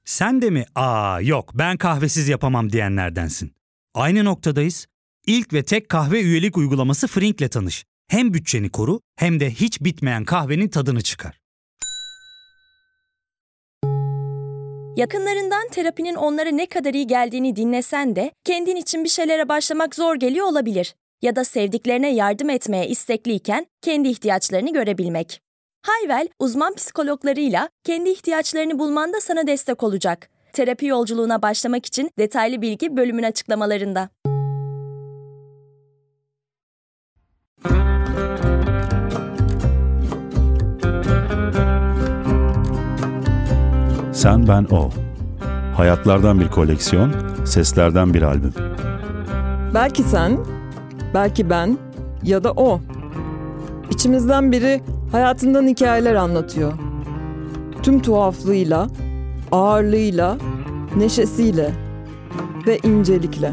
Sen de mi yok ben kahvesiz yapamam diyenlerdensin? Aynı noktadayız. İlk ve tek kahve üyelik uygulaması Frink'le tanış. Hem bütçeni koru hem de hiç bitmeyen kahvenin tadını çıkar. Yakınlarından terapinin onlara ne kadar iyi geldiğini dinlesen de kendin için bir şeylere başlamak zor geliyor olabilir. Ya da sevdiklerine yardım etmeye istekliyken kendi ihtiyaçlarını görebilmek. Hayvel, uzman psikologlarıyla kendi ihtiyaçlarını bulmanda sana destek olacak. Terapi yolculuğuna başlamak için detaylı bilgi bölümün açıklamalarında. Sen, Ben, O. Hayatlardan bir koleksiyon, seslerden bir albüm. Belki sen, belki ben ya da o. İçimizden biri hayatından hikayeler anlatıyor. Tüm tuhaflığıyla, ağırlığıyla, neşesiyle ve incelikle.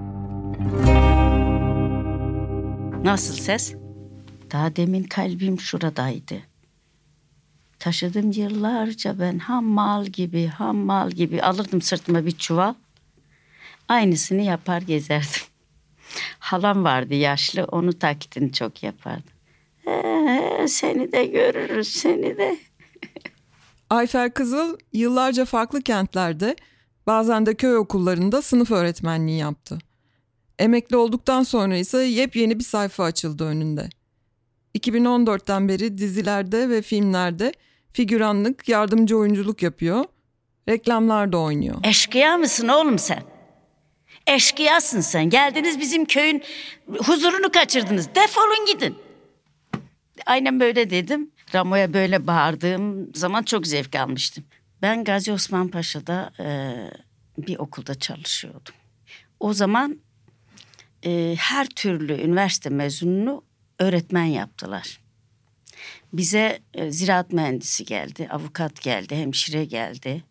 Nasıl ses? Daha demin kalbim şuradaydı. Taşıdım yıllarca ben hammal gibi alırdım sırtıma bir çuval. Aynısını yapar gezerdim. Halam vardı yaşlı, onu taklidini çok yapardı. Seni de görürüz, seni de. Ayfer Kızıl yıllarca farklı kentlerde, bazen de köy okullarında sınıf öğretmenliği yaptı. Emekli olduktan sonra ise yepyeni bir sayfa açıldı önünde. 2014'ten beri dizilerde ve filmlerde figüranlık, yardımcı oyunculuk yapıyor, reklamlarda oynuyor. Eşkıya mısın oğlum sen? Eşkıyasın sen. Geldiniz bizim köyün huzurunu kaçırdınız. Defolun gidin. Aynen böyle dedim. Ramo'ya böyle bağırdığım zaman çok zevk almıştım. Ben Gazi Osman Paşa'da bir okulda çalışıyordum. O zaman her türlü üniversite mezununu öğretmen yaptılar. Bize ziraat mühendisi geldi, avukat geldi, hemşire geldi,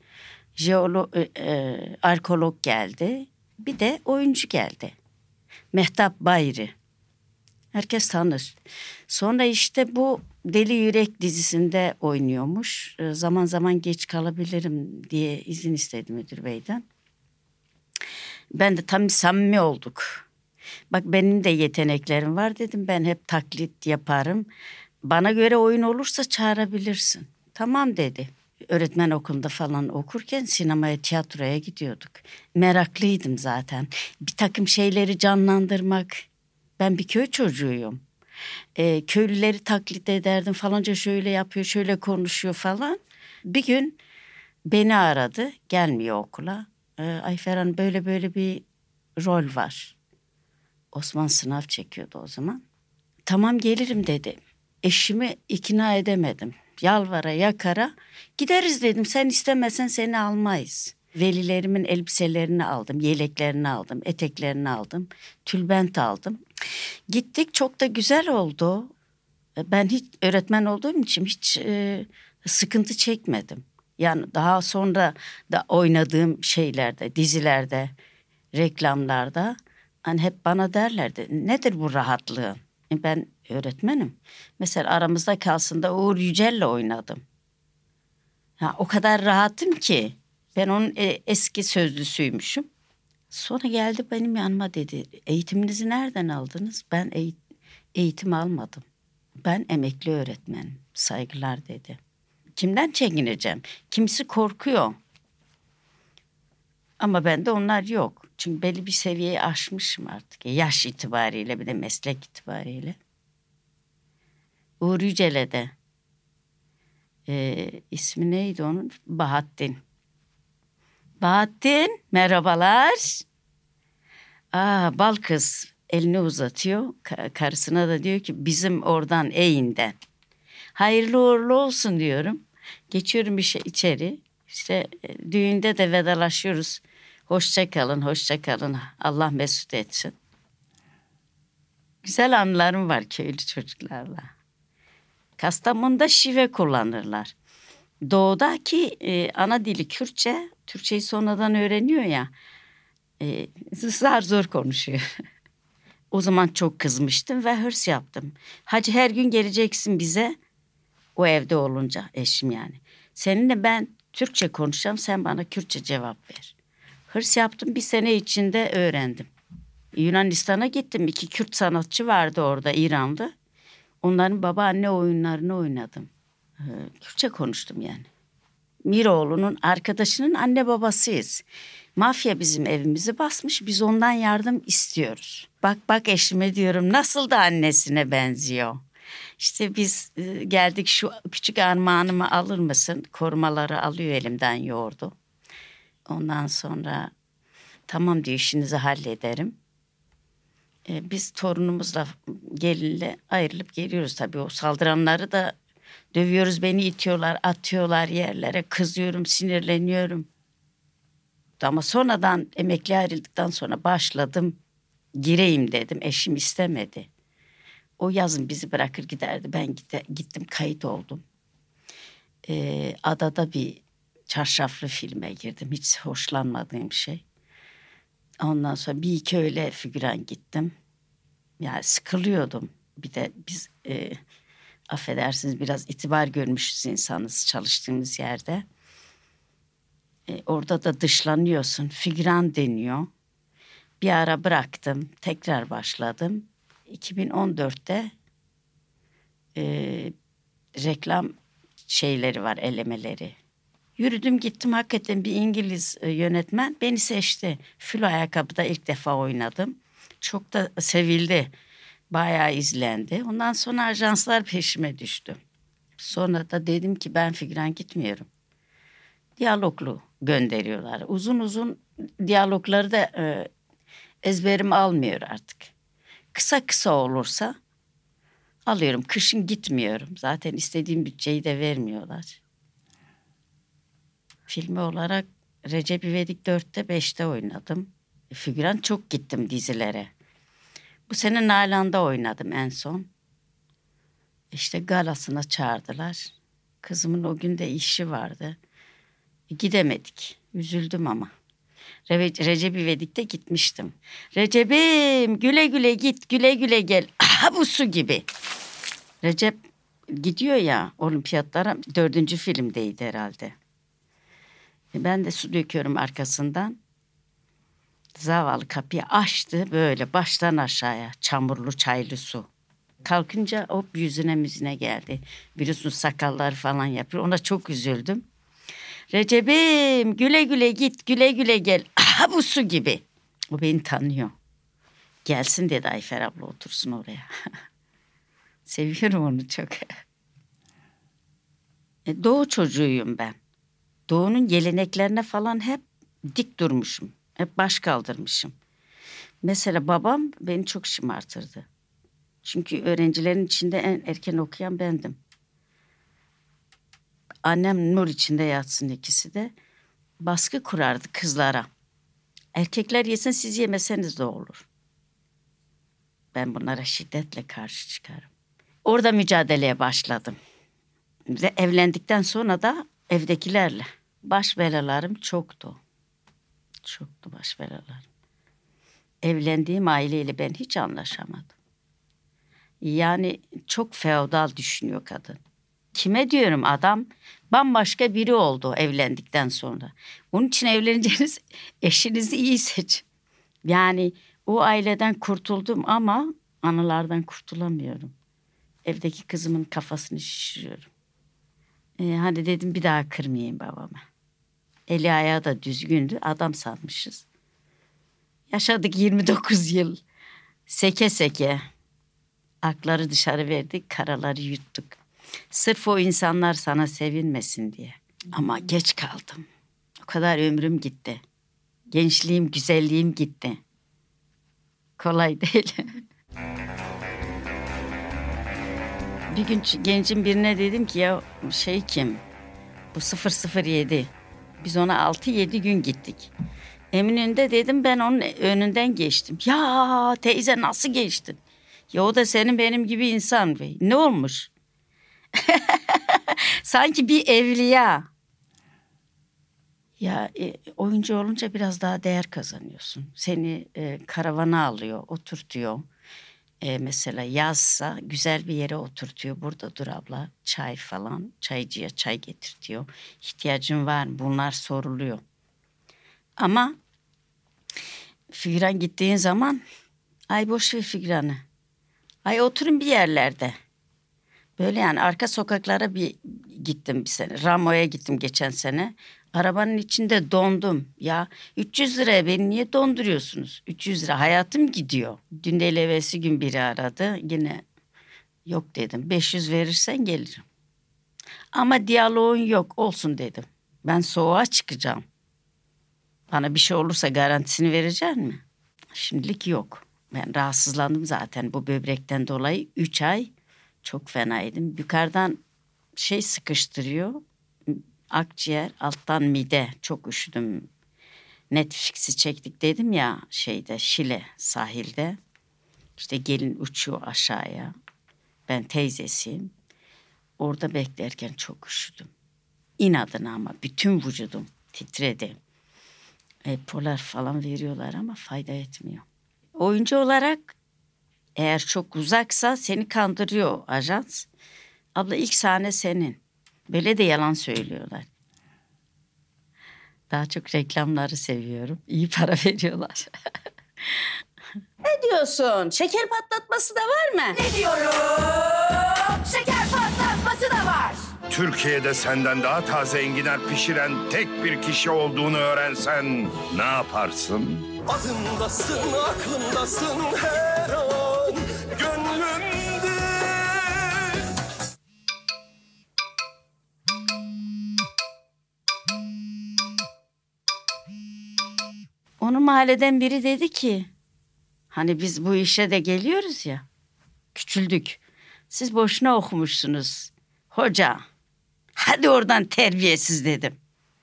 arkeolog geldi, bir de oyuncu geldi. Mehtap Bayri. Herkes tanır. Sonra işte bu Deli Yürek dizisinde oynuyormuş. Zaman zaman geç kalabilirim diye izin istedi müdür beyden. Ben de tam samimi olduk. Bak benim de yeteneklerim var dedim. Ben hep taklit yaparım. Bana göre oyun olursa çağırabilirsin. Tamam dedi. Öğretmen okulunda falan okurken sinemaya, tiyatroya gidiyorduk. Meraklıydım zaten. Bir takım şeyleri canlandırmak. Ben bir köy çocuğuyum. Köylüleri taklit ederdim. Falanca şöyle yapıyor, şöyle konuşuyor falan. Bir gün beni aradı. Gelmiyor okula. Ayfer Hanım böyle bir rol var. Osman sınav çekiyordu o zaman. Tamam gelirim dedi. Eşimi ikna edemedim. Yalvara yakara gideriz dedim. Sen istemezsen seni almayız. Velilerimin elbiselerini aldım, yeleklerini aldım, eteklerini aldım, tülbent aldım. Gittik, çok da güzel oldu. Ben hiç öğretmen olduğum için hiç sıkıntı çekmedim. Yani daha sonra da oynadığım şeylerde, dizilerde, reklamlarda hani hep bana derlerdi. Nedir bu rahatlığın? Ben öğretmenim. Mesela aramızda kalsın da Uğur Yücel'le oynadım. Ya, o kadar rahatım ki. Ben onun eski sözlüsüymüşüm. Sonra geldi benim yanıma dedi. Eğitiminizi nereden aldınız? Ben eğitim almadım. Ben emekli öğretmenim. Saygılar dedi. Kimden çekineceğim? Kimisi korkuyor. Ama bende onlar yok. Çünkü belli bir seviyeyi aşmışım artık. Yaş itibariyle bir de meslek itibariyle. Uğur Yücel'e de ismi neydi onun? Bahattin. Bahattin merhabalar. Bal kız elini uzatıyor. Karısına da diyor ki bizim oradan Eğin'den. Hayırlı uğurlu olsun diyorum. Geçiyorum içeri. İşte düğünde de vedalaşıyoruz. Hoşça kalın, hoşça kalın. Allah mesut etsin. Güzel anılarım var köylü çocuklarla. Kastamonu'da şive kullanırlar. Doğudaki ana dili Kürtçe. Türkçeyi sonradan öğreniyor ya. Zor konuşuyor. O zaman çok kızmıştım ve hırs yaptım. Hacı her gün geleceksin bize. O evde olunca eşim yani. Seninle ben Türkçe konuşacağım, sen bana Kürtçe cevap ver. Hırs yaptım, bir sene içinde öğrendim. Yunanistan'a gittim. 2 Kürt sanatçı vardı orada, İranlı. Onların babaanne oyunlarını oynadım. Kürtçe konuştum yani. Miroğlu'nun arkadaşının anne babasıyız. Mafya bizim evimizi basmış. Biz ondan yardım istiyoruz. Bak eşime diyorum, nasıl da annesine benziyor. İşte biz geldik, şu küçük armağanımı alır mısın? Korumaları alıyor elimden, yoğurdu. Ondan sonra tamam diyor, işinizi hallederim. Biz torunumuzla, gelinle ayrılıp geliyoruz tabii. O saldıranları da dövüyoruz, beni itiyorlar, atıyorlar yerlere. Kızıyorum, sinirleniyorum. Ama sonradan emekli ayrıldıktan sonra başladım. Gireyim dedim, eşim istemedi. O yazın bizi bırakır giderdi. Ben gittim, kayıt oldum. Adada bir çarşaflı filme girdim. Hiç hoşlanmadığım şey. Ondan sonra 1-2 öyle figüran gittim. Yani sıkılıyordum. Bir de biz affedersiniz biraz itibar görmüşüz insanız çalıştığımız yerde. Orada da dışlanıyorsun. Figüran deniyor. Bir ara bıraktım. Tekrar başladım. 2014'te reklam şeyleri var, elemeleri. Yürüdüm gittim, hakikaten bir İngiliz yönetmen beni seçti. Filo Ayakkabı'da ilk defa oynadım. Çok da sevildi. Bayağı izlendi. Ondan sonra ajanslar peşime düştü. Sonra da dedim ki ben figüran gitmiyorum. Diyaloglu gönderiyorlar. Uzun uzun diyalogları da ezberim almıyor artık. Kısa kısa olursa alıyorum. Kışın gitmiyorum. Zaten istediğim bütçeyi de vermiyorlar. Filmi olarak Recep İvedik 4'te 5'te oynadım. Figüran çok gittim dizilere. Bu sene Nalan'da oynadım en son. İşte galasına çağırdılar. Kızımın o gün de işi vardı. Gidemedik. Üzüldüm ama. Recep İvedik'te gitmiştim. Recep'im güle güle git, güle güle gel. Aha bu su gibi. Recep gidiyor ya olimpiyatlara, 4. filmdeydi herhalde. Ben de su döküyorum arkasından. Zavallı kapıyı açtı böyle baştan aşağıya, çamurlu çaylı su. Kalkınca hop yüzüne geldi. Biliyorsun sakallar falan yapıyor. Ona çok üzüldüm. Recep'im güle güle git, güle güle gel. Aha bu su gibi. O beni tanıyor. Gelsin dedi, Ayfer abla otursun oraya. Seviyorum onu çok. Doğu çocuğuyum ben. Doğu'nun geleneklerine falan hep dik durmuşum. Hep baş kaldırmışım. Mesela babam beni çok şımartırdı. Çünkü öğrencilerin içinde en erken okuyan bendim. Annem nur içinde yatsın, ikisi de. Baskı kurardı kızlara. Erkekler yesin, siz yemeseniz de olur. Ben bunlara şiddetle karşı çıkarım. Orada mücadeleye başladım. Ve evlendikten sonra da evdekilerle. Baş belalarım çoktu. Çoktu baş belalarım. Evlendiğim aileyle ben hiç anlaşamadım. Yani çok feodal düşünüyor kadın. Kime diyorum, adam bambaşka biri oldu evlendikten sonra. Onun için evleneceğiniz eşinizi iyi seçin. Yani o aileden kurtuldum ama anılardan kurtulamıyorum. Evdeki kızımın kafasını şişiriyorum. Hadi dedim bir daha kırmayayım babama. Eli ayağı da düzgündü, adam sanmışız. Yaşadık 29 yıl. Seke seke. Akları dışarı verdik, karaları yuttuk. Sırf o insanlar sana sevinmesin diye. Ama geç kaldım. O kadar ömrüm gitti. Gençliğim, güzelliğim gitti. Kolay değil. Bir gün gencin birine dedim ki ya kim? Bu 007. Biz ona 6-7 gün gittik. Eminönü'nde dedim, ben onun önünden geçtim. Ya teyze nasıl geçtin? Ya o da senin benim gibi insan bey. Ne olmuş? Sanki bir evliya. Ya oyuncu olunca biraz daha değer kazanıyorsun. Seni karavana alıyor, oturtuyor. Mesela yazsa güzel bir yere oturtuyor. Burada dur abla, çay falan, çaycıya çay getirtiyor. İhtiyacın var mı? Bunlar soruluyor. Ama figüran gittiğin zaman ay boş ver figüranı. Ay oturun bir yerlerde. Böyle yani arka sokaklara bir gittim bir sene. Ramo'ya gittim geçen sene. Arabanın içinde dondum. Ya 300 liraya beni niye donduruyorsunuz? 300 lira hayatım gidiyor. Dün de evvelsi gün biri aradı. Yine yok dedim. 500 verirsen gelirim. Ama diyaloğun yok olsun dedim. Ben soğuğa çıkacağım. Bana bir şey olursa garantisini verecek mi? Şimdilik yok. Ben rahatsızlandım zaten bu böbrekten dolayı. 3 ay çok fenaydım. Yukarıdan sıkıştırıyor. Akciğer, alttan mide. Çok üşüdüm. Netflix'i çektik dedim ya Şile sahilde. İşte gelin uçuyor aşağıya. Ben teyzesiyim. Orada beklerken çok üşüdüm. İnadına ama bütün vücudum titredi. Polar falan veriyorlar ama fayda etmiyor. Oyuncu olarak eğer çok uzaksa seni kandırıyor ajans. Abla ilk sahne senin. Böyle de yalan söylüyorlar. Daha çok reklamları seviyorum. İyi para veriyorlar. Ne diyorsun? Şeker patlatması da var mı? Ne diyorum? Şeker patlatması da var. Türkiye'de senden daha taze enginar pişiren tek bir kişi olduğunu öğrensen ne yaparsın? Adımdasın, aklımdasın her an, gönlümde. Onun mahalleden biri dedi ki, hani biz bu işe de geliyoruz ya, küçüldük. Siz boşuna okumuşsunuz hoca. Hadi oradan terbiyesiz dedim.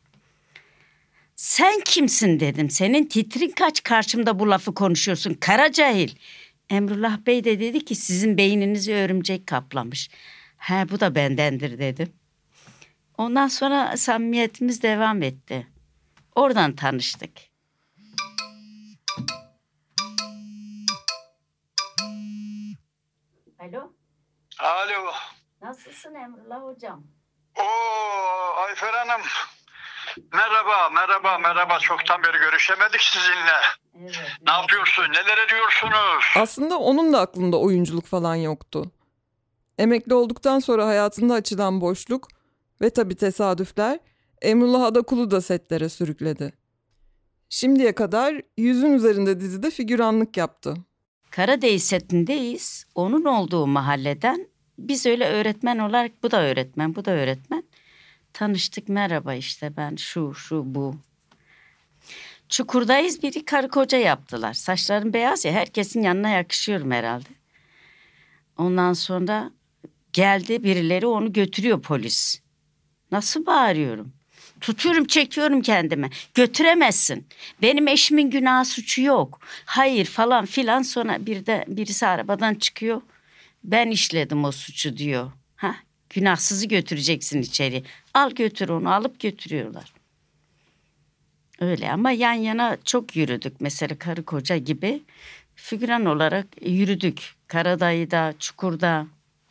Sen kimsin dedim. Senin titrin kaç karşımda bu lafı konuşuyorsun kara cahil. Emrullah Bey de dedi ki sizin beyninizi örümcek kaplamış. He bu da bendendir dedim. Ondan sonra samimiyetimiz devam etti. Oradan tanıştık. Alo. Alo. Nasılsın Emrullah hocam? Oo Ayfer Hanım. Merhaba. Çoktan beri görüşemedik sizinle. Evet. Ne yapıyorsun? Neler ediyorsunuz? Aslında onun da aklında oyunculuk falan yoktu. Emekli olduktan sonra hayatında açılan boşluk ve tabii tesadüfler Emrullah Adakul'u da setlere sürükledi. Şimdiye kadar 100'ün üzerinde dizide figüranlık yaptı. Karadeniz setindeyiz. Onun olduğu mahalleden biz öyle öğretmen olarak bu da öğretmen. Tanıştık merhaba işte ben şu bu. Çukurdayız biri karı koca yaptılar. Saçlarım beyaz ya herkesin yanına yakışıyorum herhalde. Ondan sonra geldi birileri onu götürüyor polis. Nasıl bağırıyorum? Tutuyorum çekiyorum kendime. Götüremezsin. Benim eşimin günah suçu yok. Hayır falan filan sonra birisi arabadan çıkıyor. Ben işledim o suçu diyor. Günahsızı götüreceksin içeri. Al götür onu alıp götürüyorlar. Öyle ama yan yana çok yürüdük. Mesela karı koca gibi figüran olarak yürüdük. Karadayı'da, Çukur'da.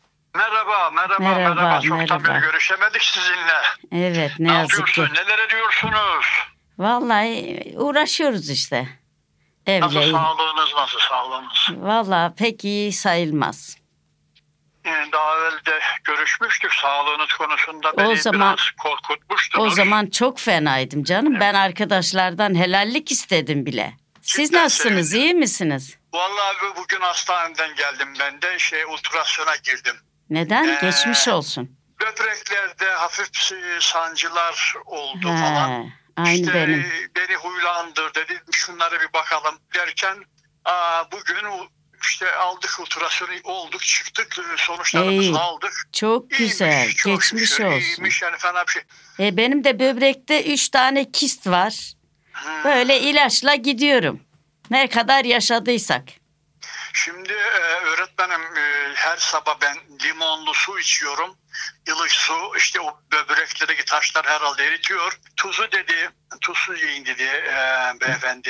Merhaba. Çoktan beri görüşemedik sizinle. Evet ne Ne yazık ki. yapıyorsun? Neler ediyorsunuz? Vallahi uğraşıyoruz işte. Nasıl Evle. sağlığınız? Vallahi pek iyi sayılmaz. Daha evvel de görüşmüştük sağlığınız konusunda. Beni zaman- biraz korkutmuştunuz. O zaman çok fenaydım canım. Ben arkadaşlardan helallik istedim bile. Siz Cidden nasılsınız? sevindim. İyi misiniz? Vallahi bugün hastaneden geldim ben de ultrasyona girdim. Neden? Geçmiş olsun. Böbreklerde hafif sancılar oldu falan. Aynı İşte benim. beni huylandır dedi. Şunlara bir bakalım derken bugün işte aldık ultrasyonu olduk çıktık sonuçlarımızı aldık. Çok güzel. İyiymiş, çok Geçmiş şükür, olsun. İyiymiş yani fena bir şey. Benim de böbrekte 3 tane kist var. Böyle ilaçla gidiyorum. Ne kadar yaşadıysak. Şimdi öğretmenim her sabah ben limonlu su içiyorum. Ilık su işte o böbreklerdeki taşlar herhalde eritiyor. Tuzsuz yiyin dedi beyefendi.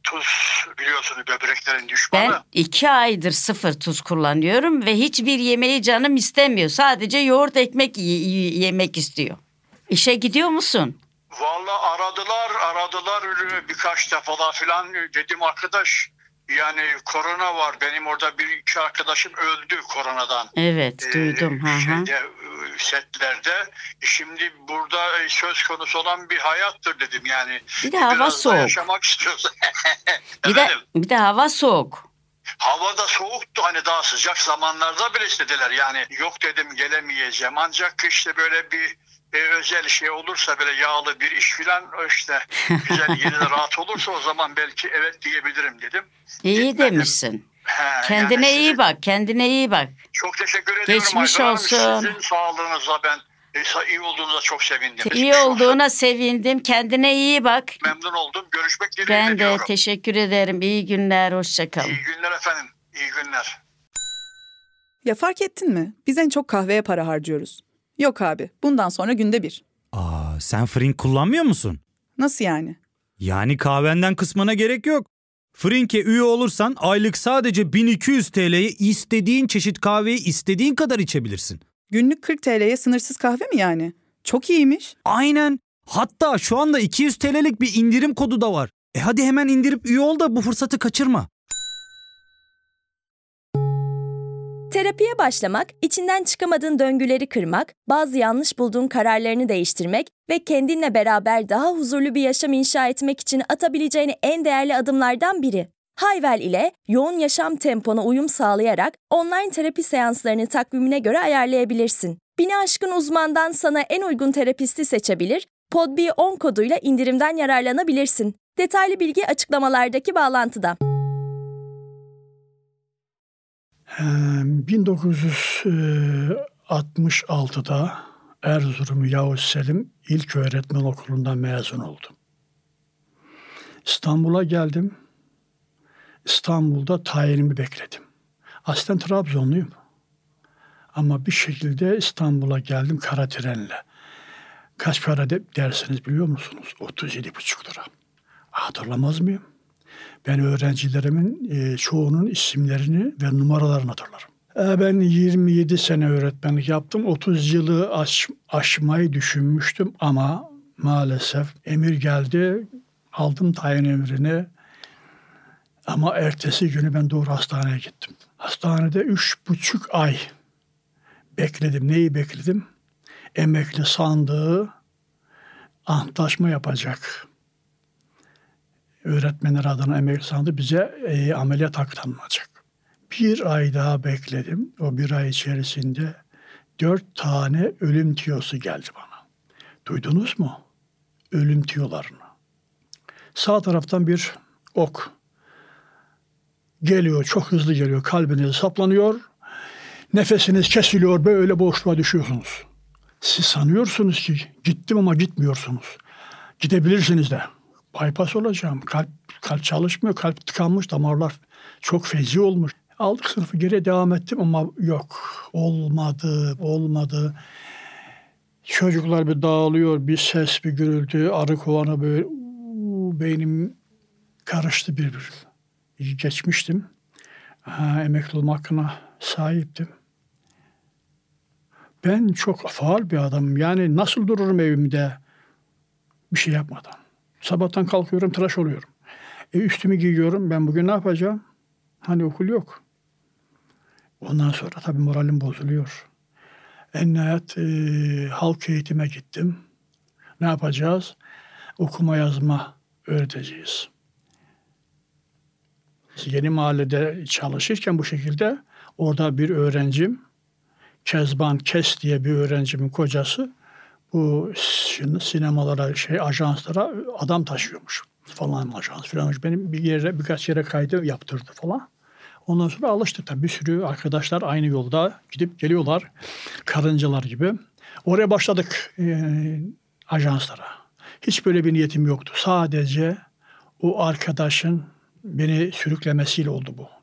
tuz biliyorsunuz böbreklerin düşmanı. Ben 2 aydır 0 tuz kullanıyorum ve hiçbir yemeği canım istemiyor. Sadece yoğurt ekmek yemek istiyor. İşe gidiyor musun? Vallahi aradılar birkaç defa falan. Dedim arkadaş, yani korona var. Benim orada bir iki arkadaşım öldü koronadan. Evet, duydum. Setlerde. Şimdi burada söz konusu olan bir hayattır dedim yani. Bir de hava biraz soğuk. da yaşamak istiyoruz. bir de hava soğuk. Hava da soğuktu, hani daha sıcak zamanlarda bile istediler. Yani yok dedim, gelemeyeceğim. Ancak işte böyle bir özel şey olursa, böyle yağlı bir iş filan, işte güzel yerine rahat olursa o zaman belki evet diyebilirim dedim. İyi Gitmedim. demişsin. Kendine iyi bak, kendine iyi bak. Çok teşekkür ediyorum. Geçmiş Ayfer Hanım. olsun. Sizin sağlığınıza ben iyi olduğunuza çok sevindim. İyi olduğuna sevindim. Kendine iyi bak. Memnun oldum. Görüşmek dileğiyle Ben de diyorum. teşekkür ederim. İyi günler, hoşça kal. İyi günler efendim. İyi günler. Ya fark ettin mi? Biz en çok kahveye para harcıyoruz. Yok abi, bundan sonra günde 1. Sen Frink kullanmıyor musun? Nasıl yani? Yani kahvenden kısmına gerek yok. Frink'e üye olursan aylık sadece 1200 TL'ye istediğin çeşit kahveyi istediğin kadar içebilirsin. Günlük 40 TL'ye sınırsız kahve mi yani? Çok iyiymiş. Aynen. Hatta şu anda 200 TL'lik bir indirim kodu da var. Hadi hemen indirip üye ol da bu fırsatı kaçırma. Terapiye başlamak, içinden çıkamadığın döngüleri kırmak, bazı yanlış bulduğun kararlarını değiştirmek ve kendinle beraber daha huzurlu bir yaşam inşa etmek için atabileceğin en değerli adımlardan biri. Hayvel ile yoğun yaşam tempona uyum sağlayarak online terapi seanslarını takvimine göre ayarlayabilirsin. 1000'i aşkın uzmandan sana en uygun terapisti seçebilir, PODB10 koduyla indirimden yararlanabilirsin. Detaylı bilgi açıklamalardaki bağlantıda. 1966'da Erzurum Yavuz Selim İlköğretmen Okulu'ndan mezun oldum. İstanbul'a geldim. İstanbul'da tayinimi bekledim. Aslen Trabzonluyum. Ama bir şekilde İstanbul'a geldim kara trenle. Kaç para dersiniz biliyor musunuz? 37,5 lira. Hatırlamaz mıyım? Ben öğrencilerimin çoğunun isimlerini ve numaralarını hatırlarım. Ben 27 sene öğretmenlik yaptım. 30 yılı aşmayı düşünmüştüm ama maalesef emir geldi. Aldım tayin emrini. Ama ertesi günü ben doğru hastaneye gittim. Hastanede 3,5 ay bekledim. Neyi bekledim? Emekli sandığı antlaşma yapacak. Öğretmenler adına emekli sandığı bize ameliyat aktarılacak. 1 ay daha bekledim. O 1 ay içerisinde 4 tane ölüm tiyosu geldi bana. Duydunuz mu? Ölüm tiyolarını. Sağ taraftan bir ok geliyor, çok hızlı geliyor. Kalbinize saplanıyor. Nefesiniz kesiliyor, böyle boşluğa düşüyorsunuz. Siz sanıyorsunuz ki gittim ama gitmiyorsunuz. Gidebilirsiniz de. Bypass olacağım. Kalp çalışmıyor, kalp tıkanmış, damarlar çok feci olmuş. Aldık sınıfı, geriye devam ettim ama yok. Olmadı. Çocuklar bir dağılıyor, bir ses, bir gürültü, arı kovanı böyle. Beynim karıştı birbirine. Geçmiştim. Emekli olma hakkına sahiptim. Ben çok faal bir adamım. Yani nasıl dururum evimde bir şey yapmadan. Sabahtan kalkıyorum, tıraş oluyorum. Üstümü giyiyorum. Ben bugün ne yapacağım? Hani okul yok. Ondan sonra tabii moralim bozuluyor. En nihayet halk eğitime gittim. Ne yapacağız? Okuma yazma öğreteceğiz. Yeni mahallede çalışırken bu şekilde orada bir öğrencim, Kezban Kes diye bir öğrencimin kocası, bu sinemalara, ajanslara adam taşıyormuş. Falan ajans falan. Benim birkaç yere kaydı yaptırdı falan. Ondan sonra alıştık tabii. Bir sürü arkadaşlar aynı yolda gidip geliyorlar. Karıncalar gibi. Oraya başladık ajanslara. Hiç böyle bir niyetim yoktu. Sadece o arkadaşın beni sürüklemesiyle oldu bu.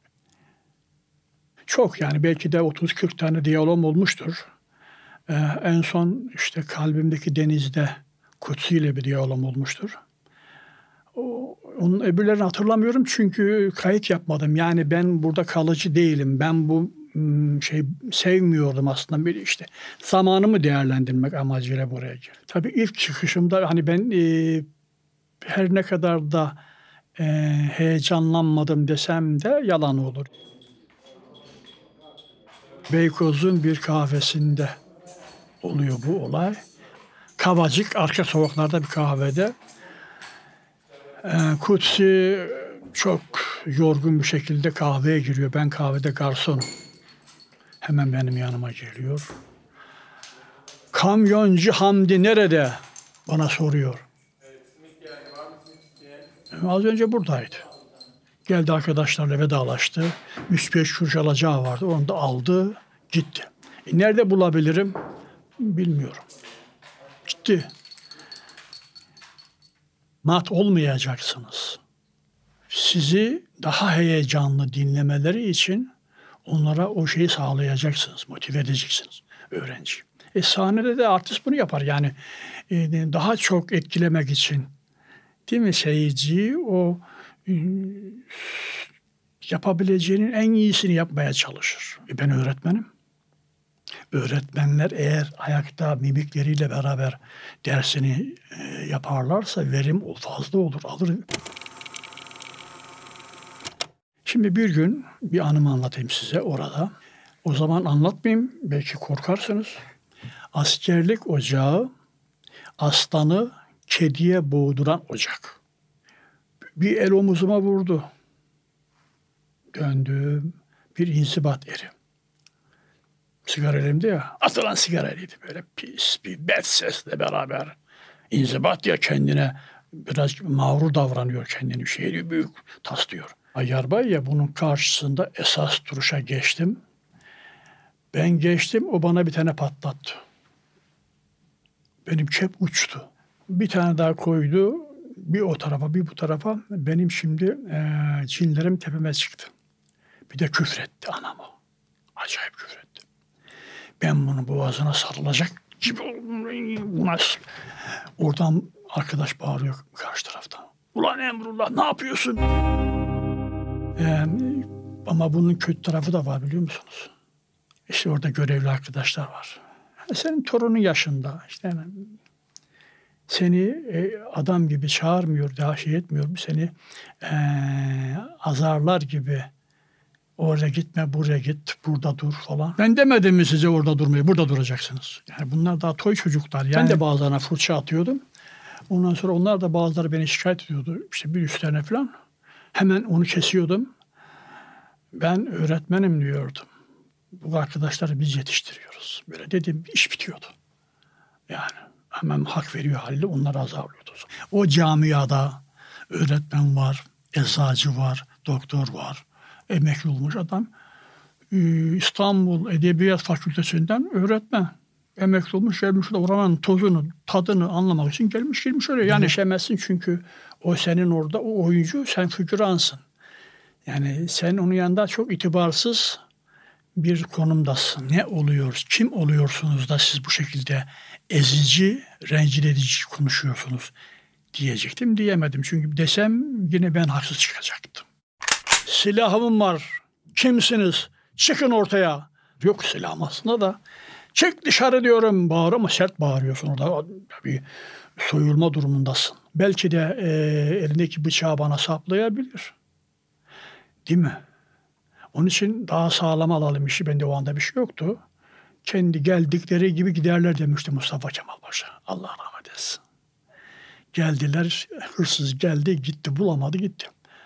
Çok, yani belki de 30-40 tane diyalogum olmuştur. En son işte Kalbimdeki Denizde Kutsi ile bir diyalogum olmuştur. Onun öbürlerini hatırlamıyorum çünkü kayıt yapmadım. Yani ben burada kalıcı değilim. Ben bu sevmiyordum aslında. Bir işte zamanımı değerlendirmek amacıyla buraya girdim. Tabii ilk çıkışımda hani ben her ne kadar da heyecanlanmadım desem de yalan olur. Beykoz'un bir kahvesinde oluyor bu olay. Kavacık arka sokaklarda bir kahvede. Kutsi çok yorgun bir şekilde kahveye giriyor. Ben kahvede garsonum. Hemen benim yanıma geliyor. Kamyoncu Hamdi nerede? Bana soruyor. Az önce buradaydı. Geldi arkadaşlarla vedalaştı. 3-5 kuruş alacağı vardı. Onu da aldı, gitti. Nerede bulabilirim? Bilmiyorum. Gitti. Mat olmayacaksınız. Sizi daha heyecanlı dinlemeleri için onlara o şeyi sağlayacaksınız, motive edeceksiniz öğrenci. Sahnede de artist bunu yapar yani daha çok etkilemek için, değil mi, seyirciyi o yapabileceğinin en iyisini yapmaya çalışır. Ben öğretmenim. Öğretmenler eğer ayakta mimikleriyle beraber dersini yaparlarsa verim fazla olur, alır. Şimdi bir gün bir anımı anlatayım size orada. O zaman anlatmayayım, belki korkarsınız. Askerlik ocağı, aslanı kediye boğduran ocak. Bir el omuzuma vurdu. Döndüm, bir inzibat eri. Sigara elimde ya, atılan sigara eliydi böyle pis bir bet sesle beraber. İnzibat ya kendine biraz mağrur davranıyor, kendini şey diyor, büyük taslıyor. Yarbay ya bunun karşısında esas duruşa geçtim. Ben geçtim, o bana bir tane patlattı. Benim kep uçtu. Bir tane daha koydu, bir o tarafa bir bu tarafa. Benim şimdi cinlerim tepeme çıktı. Bir de küfretti anama. Acayip küfretti. Ben bunun boğazına sarılacak gibi oldum. Oradan arkadaş bağırıyor karşı taraftan. Ulan Emrullah ne yapıyorsun? Ama bunun kötü tarafı da var biliyor musunuz? İşte orada görevli arkadaşlar var. Senin torunun yaşında. İşte seni adam gibi çağırmıyor, daha şey etmiyor. Seni azarlar gibi. Oraya gitme, buraya git, burada dur falan. Ben demedim mi size orada durmayı? Burada duracaksınız. Yani bunlar daha toy çocuklar. Yani ben de bazılarına fırça atıyordum. Ondan sonra onlar da bazıları beni şikayet ediyordu. İşte bir üstlerine falan. Hemen onu kesiyordum. Ben öğretmenim diyordum. Bu arkadaşları biz yetiştiriyoruz. Böyle dedim, iş bitiyordu. Yani hemen hak veriyor halde onları azarlıyordu. O camiada öğretmen var, eczacı var, doktor var. Emekli olmuş adam. İstanbul Edebiyat Fakültesinden öğretmen. Emekli olmuş, gelmiş oranın tozunu, tadını anlamak için gelmiş öyle. Yani yaşamazsın çünkü o senin orada, o oyuncu, sen figüransın. Yani sen onun yanında çok itibarsız bir konumdasın. Ne oluyor, kim oluyorsunuz da siz bu şekilde ezici, rencide edici konuşuyorsunuz diyecektim. Diyemedim çünkü desem yine ben haksız çıkacaktım. Silahım var, kimsiniz, çıkın ortaya. Yok silahım aslında da. Çık dışarı diyorum, bağır ama sert bağırıyorsun orada. Bir soyulma durumundasın. Belki de elindeki bıçağı bana saplayabilir. Değil mi? Onun için daha sağlam alalım işi. Bende o anda bir şey yoktu. Kendi geldikleri gibi giderler demişti Mustafa Kemal Paşa. Allah rahmet etsin. Geldiler, hırsız geldi, gitti, bulamadı, gitti.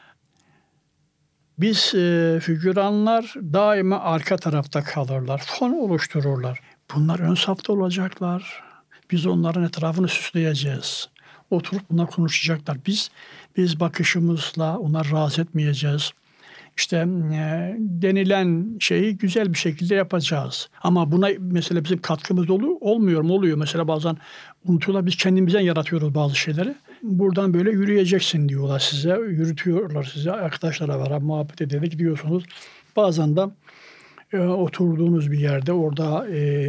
Biz figüranlar daima arka tarafta kalırlar, fon oluştururlar. Bunlar ön safta olacaklar. Biz onların etrafını süsleyeceğiz. Oturup bunlar konuşacaklar. Biz bakışımızla onları rahatsız etmeyeceğiz. İşte denilen şeyi güzel bir şekilde yapacağız. Ama buna mesela bizim katkımız olmuyor mu? Oluyor. Mesela bazen unutuyorlar. Biz kendimizden yaratıyoruz bazı şeyleri. Buradan böyle yürüyeceksin diyorlar size. Yürütüyorlar size. Arkadaşlara var. Muhabbet ederek gidiyorsunuz. Bazen de oturduğunuz bir yerde orada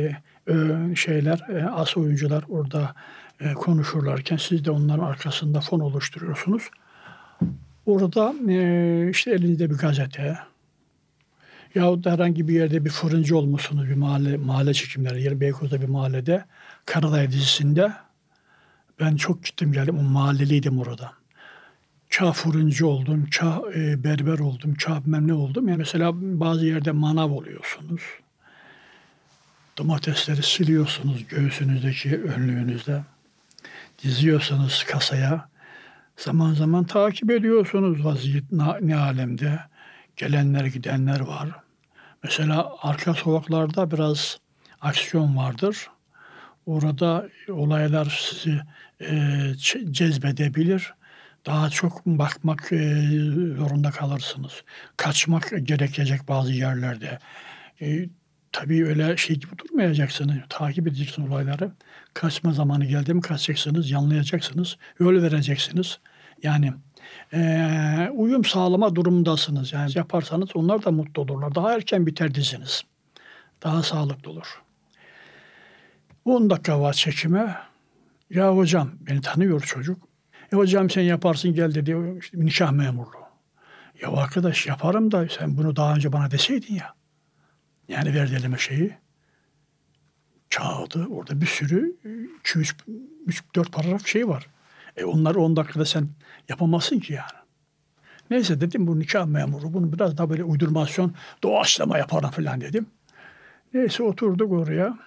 as oyuncular orada konuşurlarken siz de onların arkasında fon oluşturuyorsunuz. Orada işte elinizde bir gazete yahut da herhangi bir yerde bir fırıncı olmuşsunuz, bir mahalle çekimleri. Yani Beykoz'da bir mahallede Karadağ dizisinde ben çok gittim geldim. O mahalleliydim orada. Kah fırıncı oldum, kah berber oldum, kah bilmem ne oldum. Yani mesela bazı yerde manav oluyorsunuz. Domatesleri siliyorsunuz göğsünüzdeki önlüğünüzde. Diziyorsunuz kasaya. Zaman zaman takip ediyorsunuz vaziyet ne alemde. Gelenler gidenler var. Mesela arka sokaklarda biraz aksiyon vardır. Orada olaylar sizi cezbedebilir. Daha çok bakmak zorunda kalırsınız. Kaçmak gerekecek bazı yerlerde. Tabii öyle şey gibi durmayacaksınız. Takip edeceksiniz olayları. Kaçma zamanı geldi mi kaçacaksınız, yanlayacaksınız, yol vereceksiniz. Yani uyum sağlama durumundasınız. Yani yaparsanız onlar da mutlu olurlar. Daha erken biter diziniz. Daha sağlıklı olur. 10 dakika var çekime. Ya hocam, beni tanıyor çocuk. Hocam sen yaparsın gel dedi. İşte nikah memurluğu. Ya arkadaş yaparım da sen bunu daha önce bana deseydin ya. Yani verdi elime şeyi. Kağıdı. Orada bir sürü 2-3-4 paragraf şey var. Onları 10 dakikada sen yapamazsın ki yani. Neyse dedim bu nikah memuru. Bunu biraz daha böyle uydurmasyon, doğaçlama yaparım falan dedim. Neyse oturduk oraya.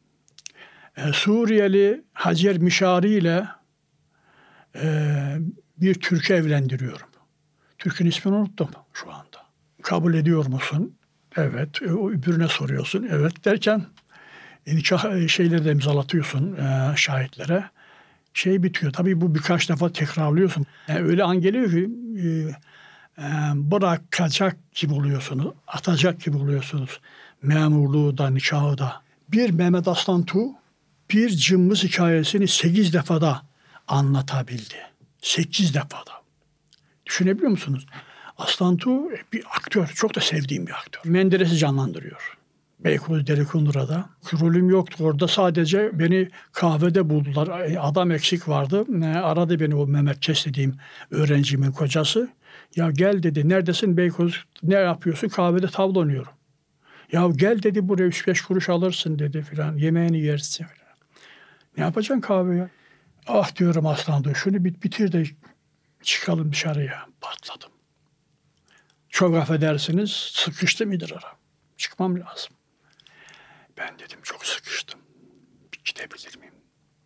Suriyeli Hacer Mişari ile bir Türk'ü evlendiriyorum. Türk'ün ismini unuttum şu anda. Kabul ediyor musun? Evet. O öbürüne soruyorsun. Evet derken nikah şeyleri de imzalatıyorsun şahitlere. Şey bitiyor. Tabii bu birkaç defa tekrarlıyorsun. Yani öyle an geliyor ki bırakacak gibi oluyorsunuz. Atacak gibi oluyorsunuz. Memurluğu da nikahı da. Bir Mehmet Aslan Tuğ bir cımbız hikayesini 8 defada anlatabildi. 8 defada. Düşünebiliyor musunuz? Aslan Tuğ bir aktör. Çok da sevdiğim bir aktör. Menderes'i canlandırıyor. Beykoz Delikundura'da. Rolüm yoktu orada. Sadece beni kahvede buldular. Adam eksik vardı. Aradı beni o Mehmet Kes dediğim öğrencimin kocası. Ya gel dedi. Neredesin Beykoz? Ne yapıyorsun? Kahvede tavla oynuyorum. Ya gel dedi buraya 3-5 kuruş alırsın dedi filan. Yemeğini yersin filan. Ne yapacaksın kahveye? Ah diyorum Aslan Tuğ şunu bitir de çıkalım dışarıya. Patladım. Çok affedersiniz sıkıştım idrara. Çıkmam lazım. Ben dedim çok sıkıştım. Bir gidebilir miyim?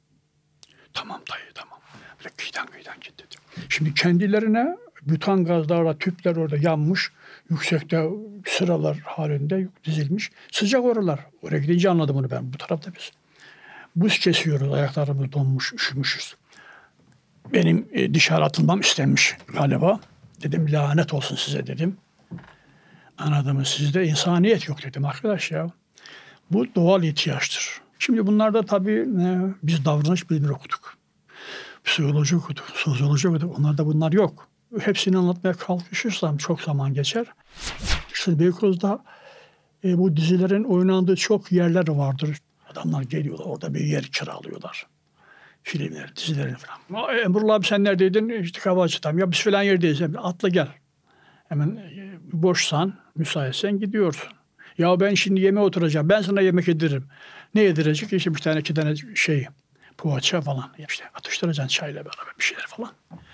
Tamam dayı tamam. Böyle kıyıdan git dedim. Şimdi kendilerine bütan gazlarla tüpler orada yanmış. Yüksekte sıralar halinde dizilmiş. Sıcak oralar. Oraya gidince anladım onu ben. Bu tarafta biz. Buz kesiyoruz. Ayaklarımız donmuş, üşümüşüz. Benim dışarı atılmam istenmiş galiba. Dedim lanet olsun size dedim. Anladın mı? Sizde insaniyet yok dedim arkadaş ya. Bu doğal ihtiyaçtır. Şimdi bunlarda tabii biz davranış bilimi okuduk. Psikoloji okuduk, sosyoloji okuduk. Onlarda bunlar yok. Hepsini anlatmaya kalkışırsam çok zaman geçer. İşte Beykoz'da bu dizilerin oynandığı çok yerler vardır. Adamlar geliyorlar orada bir yer kiralıyorlar. Filmler, dizilerin falan. Emrullah abi sen neredeydin? İşte Kavacı'dayım. Ya biz falan yerdeyiz. Atla gel. Hemen boşsan, müsaitsen gidiyorsun. Ya ben şimdi yemeğe oturacağım. Ben sana yemek yediririm. Ne yedirecek? İşte bir tane 2 tane şey, poğaça falan. İşte atıştıracaksın çayla beraber bir şeyler falan.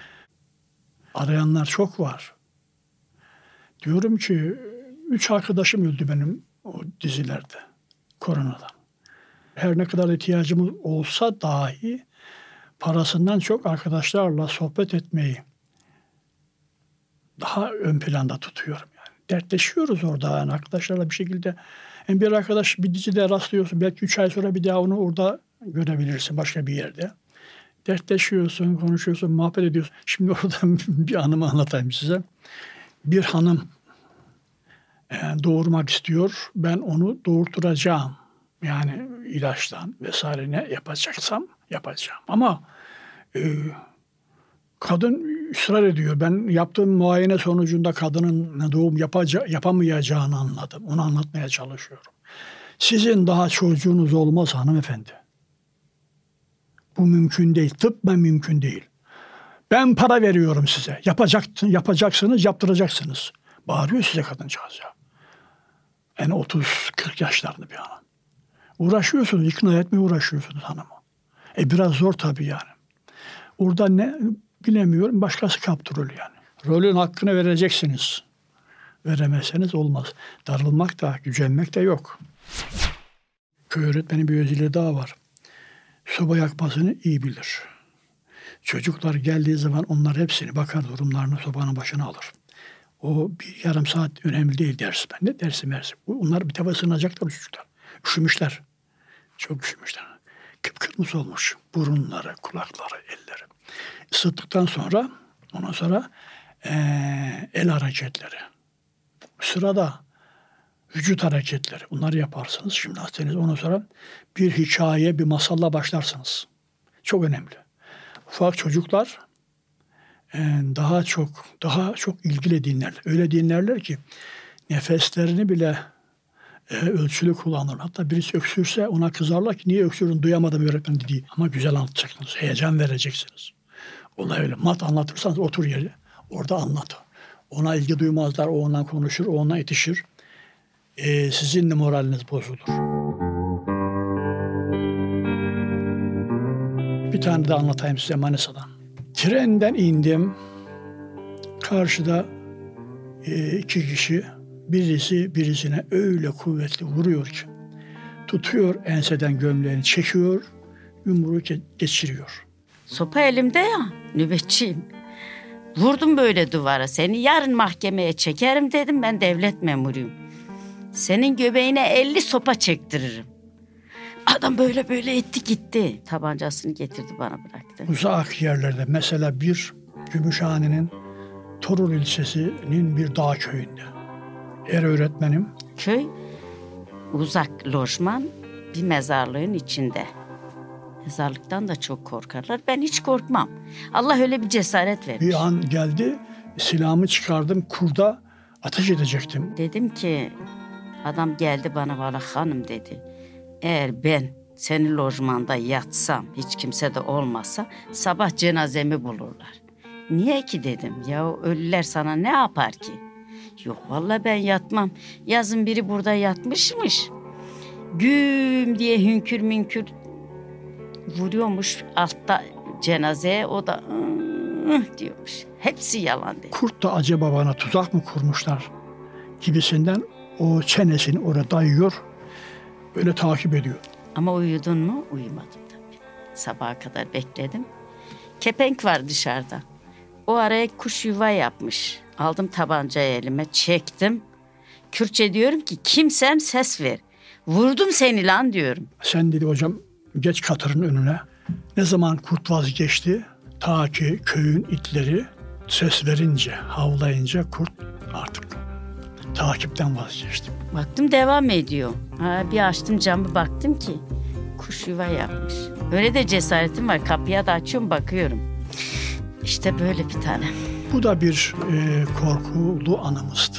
Arayanlar çok var. Diyorum ki 3 arkadaşım öldü benim o dizilerde. Koronadan. Her ne kadar ihtiyacımız olsa dahi parasından çok arkadaşlarla sohbet etmeyi daha ön planda tutuyorum. Yani dertleşiyoruz orada yani arkadaşlarla bir şekilde. Yani bir arkadaş bir dizide rastlıyorsun. Belki 3 ay sonra bir daha onu orada görebilirsin başka bir yerde. Dertleşiyorsun, konuşuyorsun, muhabbet ediyorsun. Şimdi orada bir anımı anlatayım size. Bir hanım doğurmak istiyor. Ben onu doğurtturacağım. Yani ilaçtan vesaire ne yapacaksam yapacağım. Ama kadın ısrar ediyor. Ben yaptığım muayene sonucunda kadının doğum yapamayacağını anladım. Onu anlatmaya çalışıyorum. Sizin daha çocuğunuz olmaz hanımefendi. Bu mümkün değil. Tıbben mümkün değil. Ben para veriyorum size. Yapacaksınız, yaptıracaksınız. Bağırıyor size kadıncağız ya. Yani 30-40 yaşlarında bir hanım. Uğraşıyorsunuz, ikna etmeye uğraşıyorsunuz hanımı. Biraz zor tabii yani. Orada ne bilemiyorum, başkası kaptırıyor yani. Rolün hakkını vereceksiniz. Veremezseniz olmaz. Darılmak da, gücenmek de yok. Köy öğretmenin bir özelliği daha var. Soba yakmasını iyi bilir. Çocuklar geldiği zaman onlar hepsini bakar durumlarını sobanın başına alır. O bir yarım saat önemli değil ders. Ben de dersim. Onlar bir defa ısınacaklar çocuklar. Üşümüşler. Çok üşümüşler. Kıpkırmızı olmuş. Burunları, kulakları, elleri. Isıttıktan sonra ondan sonra el hareketleri. Sırada vücut hareketleri. Bunları yaparsınız. Şimdi hastanız ondan sonra bir hikaye, bir masalla başlarsınız. Çok önemli. Ufak çocuklar daha çok ilgili dinlerler. Öyle dinlerler ki nefeslerini bile ölçülü kullanır. Hatta birisi öksürse ona kızarlar ki niye öksürün duyamadım öğretmen dediği. Ama güzel anlatacaksınız. Heyecan vereceksiniz. Olay öyle. Mat anlatırsanız otur yere. Orada anlat. Ona ilgi duymazlar. O ondan konuşur. O ondan yetişir. Sizin de moraliniz bozulur. Bir tane de anlatayım size Manisa'dan. Trenden indim. Karşıda 2 kişi birisi birisine öyle kuvvetli vuruyor ki tutuyor enseden gömleğini çekiyor, yumruğu geçiriyor. Sopa elimde ya, nöbetçiyim. Vurdum böyle duvara, seni yarın mahkemeye çekerim dedim, ben devlet memuruyum. Senin göbeğine 50 sopa çektiririm. Adam böyle etti gitti. Tabancasını getirdi bana bıraktı. Uzak yerlerde mesela bir Gümüşhane'nin Torul ilçesinin bir dağ köyünde. Öğretmenim. Köy uzak lojman bir mezarlığın içinde. Mezarlıktan da çok korkarlar. Ben hiç korkmam. Allah öyle bir cesaret vermiş. Bir an geldi, silahımı çıkardım, kurda ateş edecektim. Dedim ki adam geldi bana valla hanım dedi. Eğer ben senin lojmanda yatsam hiç kimse de olmazsa sabah cenazemi bulurlar. Niye ki dedim ya ölüler sana ne yapar ki? Yok vallahi ben yatmam. Yazın biri burada yatmışmış. Güm diye hünkür münkür vuruyormuş altta cenazeye, o da diyormuş. Hepsi yalan dedi. Kurt da acaba bana tuzak mı kurmuşlar gibisinden o çenesini oraya dayıyor. Öyle takip ediyor. Ama uyudun mu? Uyumadım tabii. Sabaha kadar bekledim. Kepenk var dışarıda. O araya kuş yuva yapmış. Aldım tabancayı elime, çektim. Kürtçe diyorum ki kimsem ses ver. Vurdum seni lan diyorum. Sen dedi hocam geç katırın önüne. Ne zaman kurt vazgeçti? Ta ki köyün itleri ses verince, havlayınca kurt artık takipten vazgeçti. Baktım devam ediyor. Bir açtım camı, baktım ki kuş yuva yapmış. Öyle de cesaretim var. Kapıya da açıyorum, bakıyorum. İşte böyle bir tane. Bu da bir korkulu anımızdı.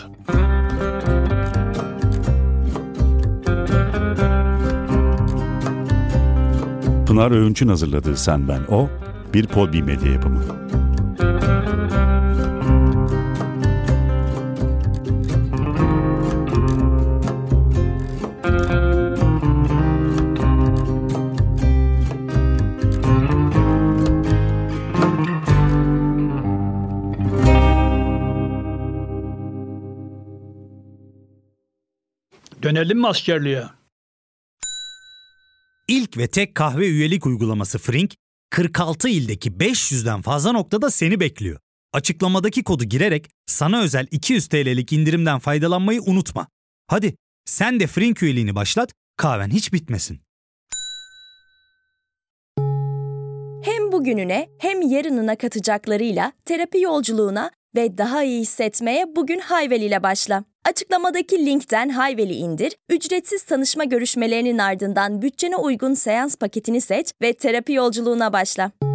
Pınar Öğünç'ün hazırladığı Sen Ben O, bir Podbi Medya yapımı. Dönelim mi askerliğe? İlk ve tek kahve üyelik uygulaması Frink, 46 ildeki 500'den fazla noktada seni bekliyor. Açıklamadaki kodu girerek sana özel 200 TL'lik indirimden faydalanmayı unutma. Hadi sen de Frink üyeliğini başlat, kahven hiç bitmesin. Hem bugününe hem yarınına katacaklarıyla terapi yolculuğuna ve daha iyi hissetmeye bugün Hayvel ile başla. Açıklamadaki linkten Hayvel'i indir, ücretsiz tanışma görüşmelerinin ardından bütçene uygun seans paketini seç ve terapi yolculuğuna başla.